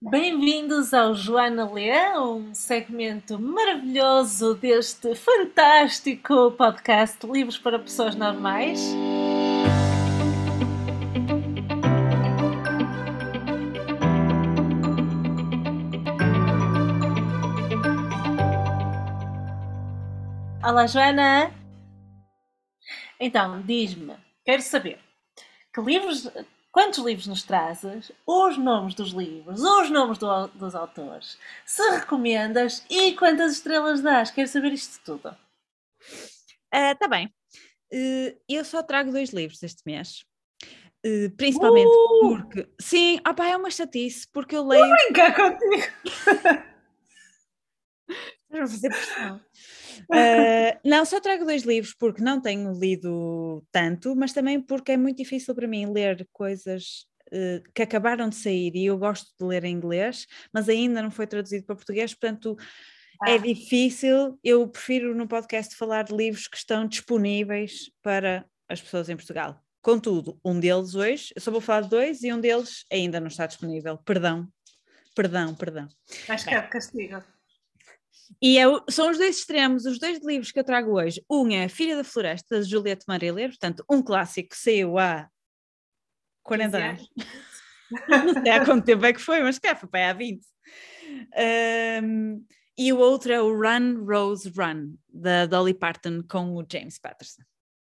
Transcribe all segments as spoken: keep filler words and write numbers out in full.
Bem-vindos ao Joana Lê, um segmento maravilhoso deste fantástico podcast Livros para Pessoas Normais. Olá, Joana! Então, diz-me, quero saber, que livros, quantos livros nos trazes, os nomes dos livros, os nomes do- dos autores, se recomendas e quantas estrelas dás? Quero saber isto tudo. Ah, tá bem. Uh, eu só trago dois livros este mês. Uh, principalmente Uh! porque... Sim, opá, é uma chatice, porque eu leio... Brincar contigo! Vou fazer pressão. Uh, não, só trago dois livros porque não tenho lido tanto, mas também porque é muito difícil para mim ler coisas uh, que acabaram de sair e eu gosto de ler em inglês, mas ainda não foi traduzido para português, portanto é Ah. difícil. Eu prefiro no podcast falar de livros que estão disponíveis para as pessoas em Portugal. Contudo, um deles hoje, eu só vou falar de dois e um deles ainda não está disponível. Perdão, perdão, perdão. Acho que é de castigo. E é, são os dois extremos, os dois livros que eu trago hoje. Um é Filha da Floresta, de Juliette Marillier, portanto, um clássico que saiu há quarenta anos. Não sei há quanto tempo é que foi, mas cá foi para aí há vinte. Um, e o outro é o Run, Rose, Run, da Dolly Parton com o James Patterson.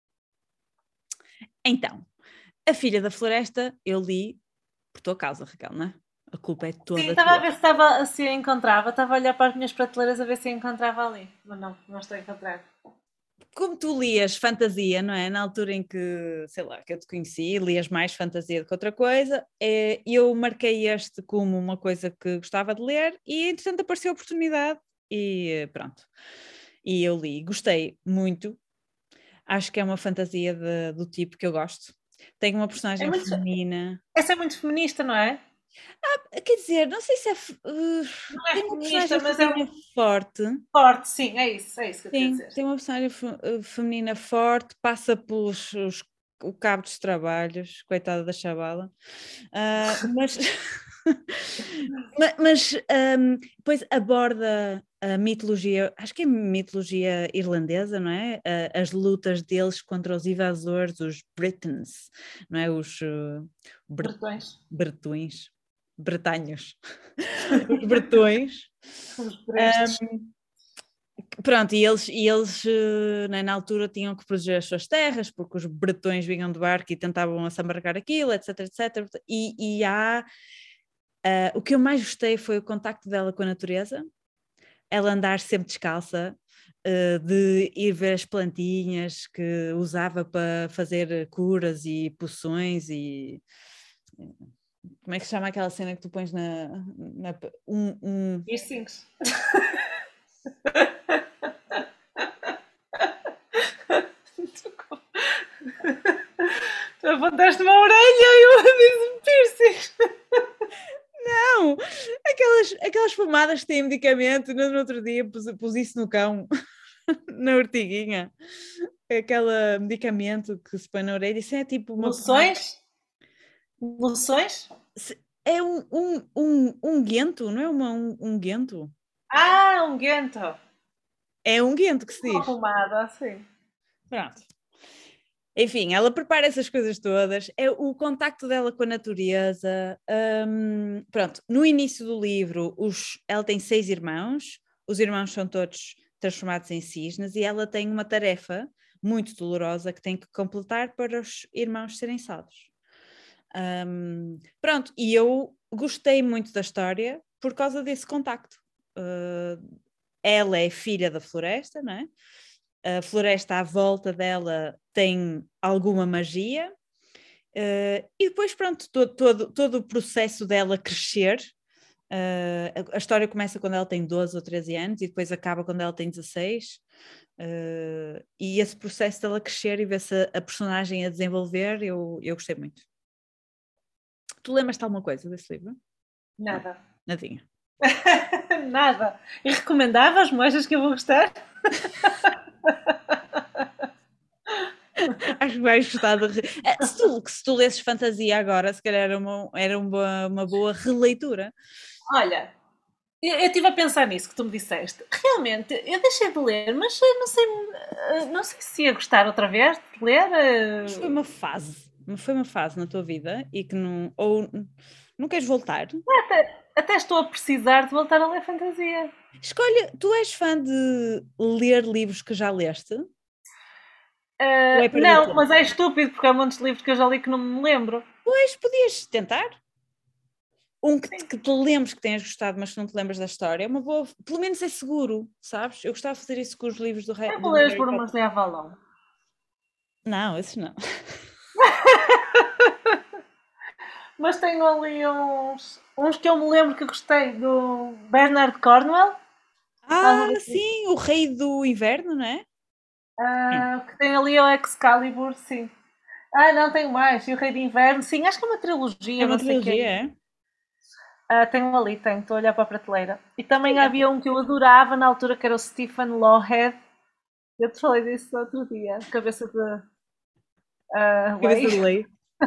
Então, A Filha da Floresta eu li por tua causa, Raquel, não é? A culpa é toda Sim, estava a tua. ver se, estava, se eu encontrava. Estava a olhar para as minhas prateleiras a ver se eu encontrava ali. Mas não, não estou a encontrar. Como tu lias fantasia, não é? Na altura em que, sei lá, que eu te conheci, lias mais fantasia do que outra coisa, é, eu marquei este como uma coisa que gostava de ler e, entretanto, apareceu a oportunidade e pronto. E eu li, gostei muito. Acho que é uma fantasia de, do tipo que eu gosto. Tem uma É personagem muito, feminina. essa é muito feminista, não é? Ah, quer dizer, não sei se é. Uh, Não é tem uma feminista, personagem mas é feminina forte. forte, sim, é isso, é isso que eu queria Sim, dizer. tem uma personagem fe- uh, feminina forte, passa pelos os, o cabo dos trabalhos, coitada da chavala. Ah, mas ma- mas um, depois aborda a mitologia, acho que é mitologia irlandesa, não é? Ah, as lutas deles contra os invasores, os Britons, não é? Os uh, bre- Bretões. bretões, bretanhos, os bretões. Os brestos. Pronto, e eles, e eles eh, né, na altura tinham que proteger as suas terras, porque os bretões vinham de barco e tentavam assambarcar aquilo, etc, etc. E, e há... Uh, o que eu mais gostei foi o contacto dela com a natureza, ela andar sempre descalça, uh, de ir ver as plantinhas que usava para fazer curas e poções e... Como é que se chama aquela cena que tu pões na... na um, um... Piercings. Tu apontaste uma orelha e eu disse piercings. Não, aquelas, aquelas pomadas que têm medicamento, no, no outro dia pus, pus isso no cão, na ortiguinha, aquele medicamento que se põe na orelha, isso é tipo uma pomada, Loções? Loções? é um, um, um, um guento, não é uma, um, um guento? Ah, um guento. É um guento que se Uma diz. pomada, assim. Pronto. Enfim, ela prepara essas coisas todas, é o contacto dela com a natureza. Hum, pronto, no início do livro, os, ela tem seis irmãos, os irmãos são todos transformados em cisnes e ela tem uma tarefa muito dolorosa que tem que completar para os irmãos serem salvos. Hum, pronto, e eu gostei muito da história por causa desse contacto. Uh, ela é filha da floresta, não é? A floresta à volta dela tem alguma magia, uh, e depois, pronto, todo, todo, todo o processo dela crescer. Uh, a, a história começa quando ela tem doze ou treze anos e depois acaba quando ela tem dezasseis. Uh, e esse processo dela crescer e ver-se a, a personagem a desenvolver, eu, eu gostei muito. Tu lembras-te de alguma coisa desse livro? Nada. Nadinha. Nada. E recomendavas-me? Achas que eu vou gostar? Acho que vais gostar de... Re... Se tu, se tu lesses fantasia agora, se calhar era uma, era uma, uma boa releitura. Olha, eu eu estive a pensar nisso que tu me disseste. Realmente, eu deixei de ler, mas eu não sei, eh, não sei se ia gostar outra vez de ler. Mas foi eh, uma fase, mas foi uma fase na tua vida e que não, ou não queres voltar? Até, até estou a precisar de voltar a ler fantasia. Escolhe, tu és fã de ler livros que já leste? Ou é Eh, perder não, tempo? mas é estúpido porque há montes de livros que eu já li que não me lembro. Pois, podias tentar. Um que te, Sim. que te lembres que tenhas gostado, mas que não te lembras da história, é uma boa. Pelo menos é seguro, sabes? Eu gostava de fazer isso com os livros do, Ra- Eu vou do ler as Harry Brumas Potter. de Avalon. Não, esses não. Mas tenho ali uns, uns que eu me lembro que gostei do Bernard Cornwell. Estás a Ah, ver isso? sim, o Rei do Inverno, não é? Sim. Ah, que tem ali o Excalibur, sim. Ah, não, tenho mais. E o Rei de Inverno, sim, acho que é uma É trilogia, uma não sei o quê. trilogia, é? Ah, tenho ali, tenho, estou a olhar para a prateleira. E também Experimenta. havia um que eu adorava na altura, que era o Stephen Lawhead. Eu te falei disso no outro dia. Cabeça de ah, Cabeça lei. de lei.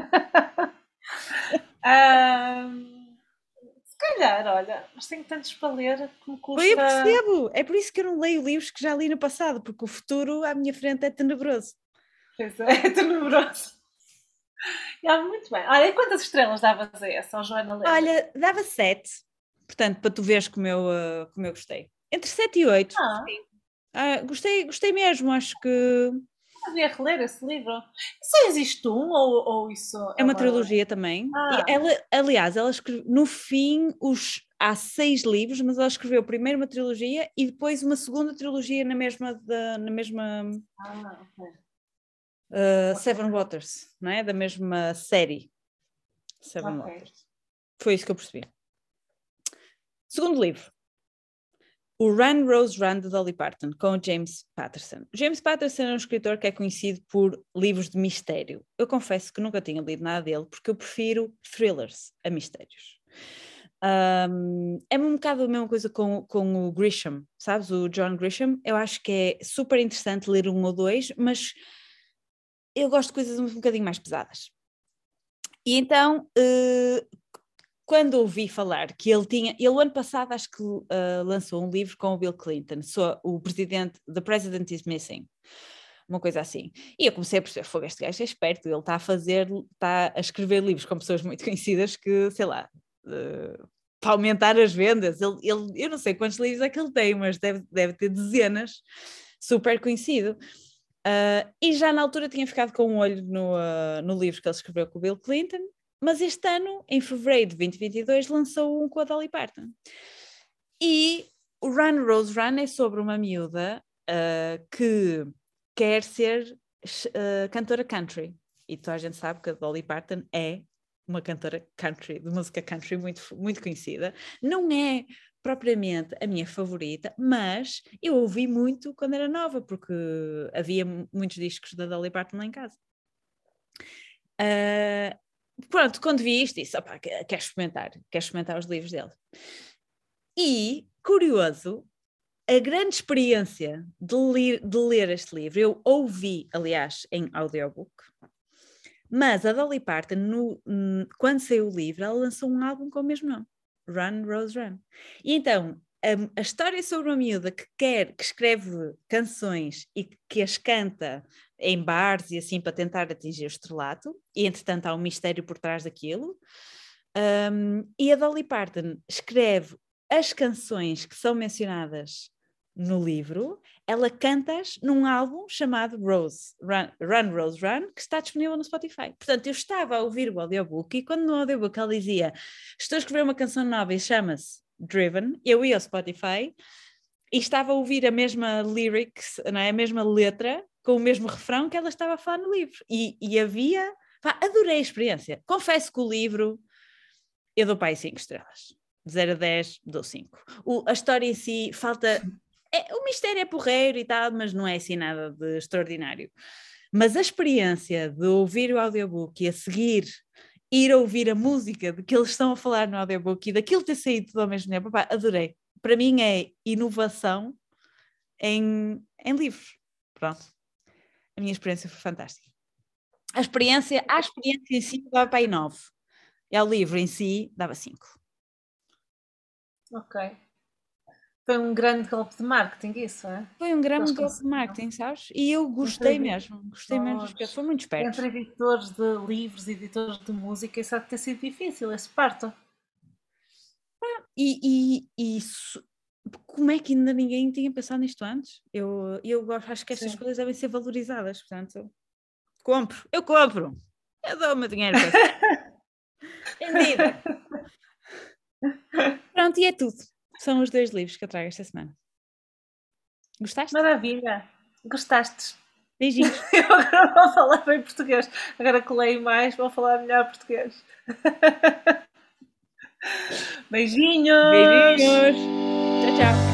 Ah, se calhar, olha, mas tenho tantos para ler que me Pois eu custa. percebo. É por isso que eu não leio livros que já li no passado, porque o futuro à minha frente é tenebroso. Pois é, é tenebroso. Ah, muito bem. Olha, e quantas estrelas davas a essa, ao Joana Lenda? Olha, dava sete. Portanto, para tu veres como eu, uh, como eu gostei. Entre sete e oito. Ah, Ah, gostei, gostei mesmo, acho que havia reler esse livro. Só existe um ou, ou isso é é uma uma. trilogia também. E Ah, ela, aliás, ela escreveu, no fim, os, há seis livros, mas ela escreveu primeiro uma trilogia e depois uma segunda trilogia na mesma, da, na mesma ah, ok. uh, Seven Waters, não é? Da mesma série, Seven Ok. Waters. Foi isso que eu percebi. Segundo livro, o Run, Rose, Run, de Dolly Parton, com o James Patterson. James Patterson é um escritor que é conhecido por livros de mistério. Eu confesso que nunca tinha lido nada dele, porque eu prefiro thrillers a mistérios. Um, é um bocado a mesma coisa com, com o Grisham, sabes? O John Grisham. Eu acho que é super interessante ler um ou dois, mas eu gosto de coisas um bocadinho mais pesadas. E então, uh, quando ouvi falar que ele tinha, ele ano passado acho que uh, lançou um livro com o Bill Clinton, só o presidente, The President is Missing, uma coisa assim. E eu comecei a perceber, fogo, este gajo é esperto, ele está a fazer, está a escrever livros com pessoas muito conhecidas que, sei lá, uh, para aumentar as vendas. Ele, ele, eu não sei quantos livros é que ele tem, mas deve, deve ter dezenas, super conhecido. Uh, e já na altura tinha ficado com um olho no, uh, no livro que ele escreveu com o Bill Clinton, mas este ano, em fevereiro de vinte e vinte e dois, lançou um com a Dolly Parton. E o Run, Rose, Run é sobre uma miúda uh, que quer ser uh, cantora country. E toda a gente sabe que a Dolly Parton é uma cantora country, de música country muito, muito conhecida. Não é propriamente a minha favorita, mas eu ouvi muito quando era nova, porque havia muitos discos da Dolly Parton lá em casa. Uh, pronto, quando vi isto, disse, opa, quero experimentar, quero experimentar os livros dele. E, curioso, a grande experiência de ler, de ler este livro, eu ouvi, aliás, em audiobook, mas a Dolly Parton, no, quando saiu o livro, ela lançou um álbum com o mesmo nome, Run, Rose, Run. E então, a, a história é sobre uma miúda que quer, que escreve canções e que as canta em bares e assim para tentar atingir o estrelato, e entretanto há um mistério por trás daquilo. Um, e a Dolly Parton escreve as canções que são mencionadas no livro, ela canta-as num álbum chamado Rose, Run, Run, Rose, Run, que está disponível no Spotify. Portanto, eu estava a ouvir o audiobook e quando no audiobook ela dizia estou a escrever uma canção nova e chama-se Driven, eu ia ao Spotify e estava a ouvir a mesma lyrics, não é? A mesma letra, com o mesmo refrão que ela estava a falar no livro. E, e havia... Pá, adorei a experiência. Confesso que o livro eu dou para aí cinco estrelas. De zero a dez, dou cinco. O, a história em si, falta... É, o mistério é porreiro e tal, mas não é assim nada de extraordinário. Mas a experiência de ouvir o audiobook e a seguir ir ouvir a música de que eles estão a falar no audiobook e daquilo ter saído tudo ao mesmo tempo, pá, adorei. Para mim é inovação em, em livros. Pronto. A minha experiência foi fantástica. A experiência, a experiência em si dava para aí nove. E ao livro em si dava cinco. Ok. Foi um grande golpe de marketing isso, é? Foi um grande Eles golpe de conseguiram. marketing, sabes? E eu gostei Entre mesmo, gostei mesmo dos espetos, editores, foram muito espertos. entre editores de livros, editores de música, isso há de ter sido difícil, esse parto. E, e, e isso, como é que ainda ninguém tinha pensado nisto antes? Eu, eu gosto- acho que estas Sim. coisas devem ser valorizadas, portanto, compro, eu compro, eu dou o meu dinheiro para essa. Vendida. Pronto, e é tudo. São os dois livros que eu trago esta semana. Gostaste? Maravilha! Gostaste? Beijinhos. Eu agora vou falar bem português. Agora que leio mais, vou falar melhor português. Beijinhos! Beijinhos. Tchau, tchau.